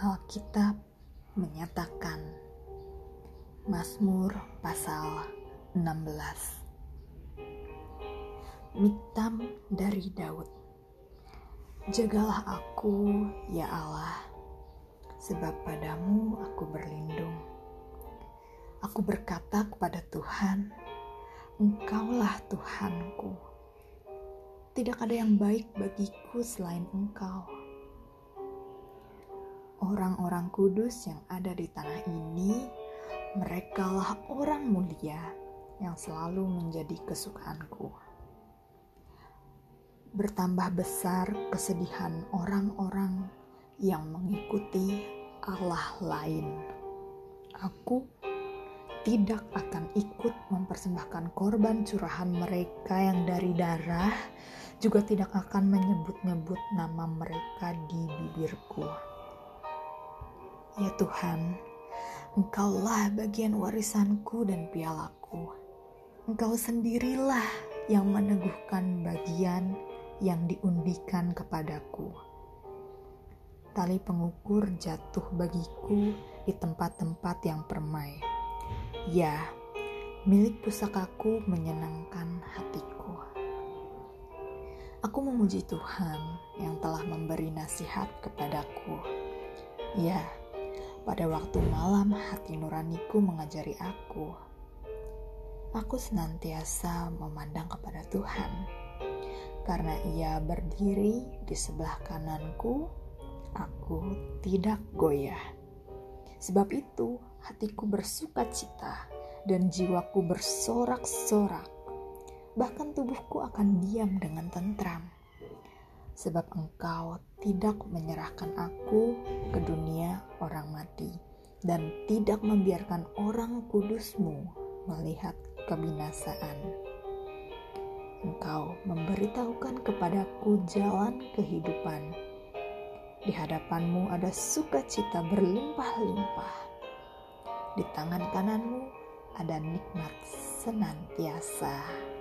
Alkitab menyatakan, Mazmur pasal 16. Miktam dari Daud. Jagalah aku, ya Allah, sebab padamu aku berlindung. Aku berkata kepada Tuhan, Engkaulah Tuhanku. Tidak ada yang baik bagiku selain Engkau. Orang-orang kudus yang ada di tanah ini, merekalah orang mulia yang selalu menjadi kesukaanku. Bertambah besar kesedihan orang-orang yang mengikuti Allah lain. Aku tidak akan ikut mempersembahkan korban curahan mereka yang dari darah, juga tidak akan menyebut-nyebut nama mereka di bibirku. Ya Tuhan, Engkaulah bagian warisanku dan pialaku. Engkau sendirilah yang meneguhkan bagian yang diundikan kepadaku. Tali pengukur jatuh bagiku di tempat-tempat yang permai. Ya, milik pusakaku menyenangkan hatiku. Aku memuji Tuhan yang telah memberi nasihat kepadaku. Ya, pada waktu malam hati nuraniku mengajari aku. Aku senantiasa memandang kepada Tuhan, karena Ia berdiri di sebelah kananku, aku tidak goyah. Sebab itu hatiku bersukacita dan jiwaku bersorak-sorak. Bahkan tubuhku akan diam dengan tentram. Sebab Engkau tidak menyerahkan aku ke dunia orang mati, dan tidak membiarkan orang kudus-Mu melihat kebinasaan. Engkau memberitahukan kepadaku jalan kehidupan. Di hadapan-Mu ada sukacita berlimpah-limpah. Di tangan kanan-Mu ada nikmat senantiasa.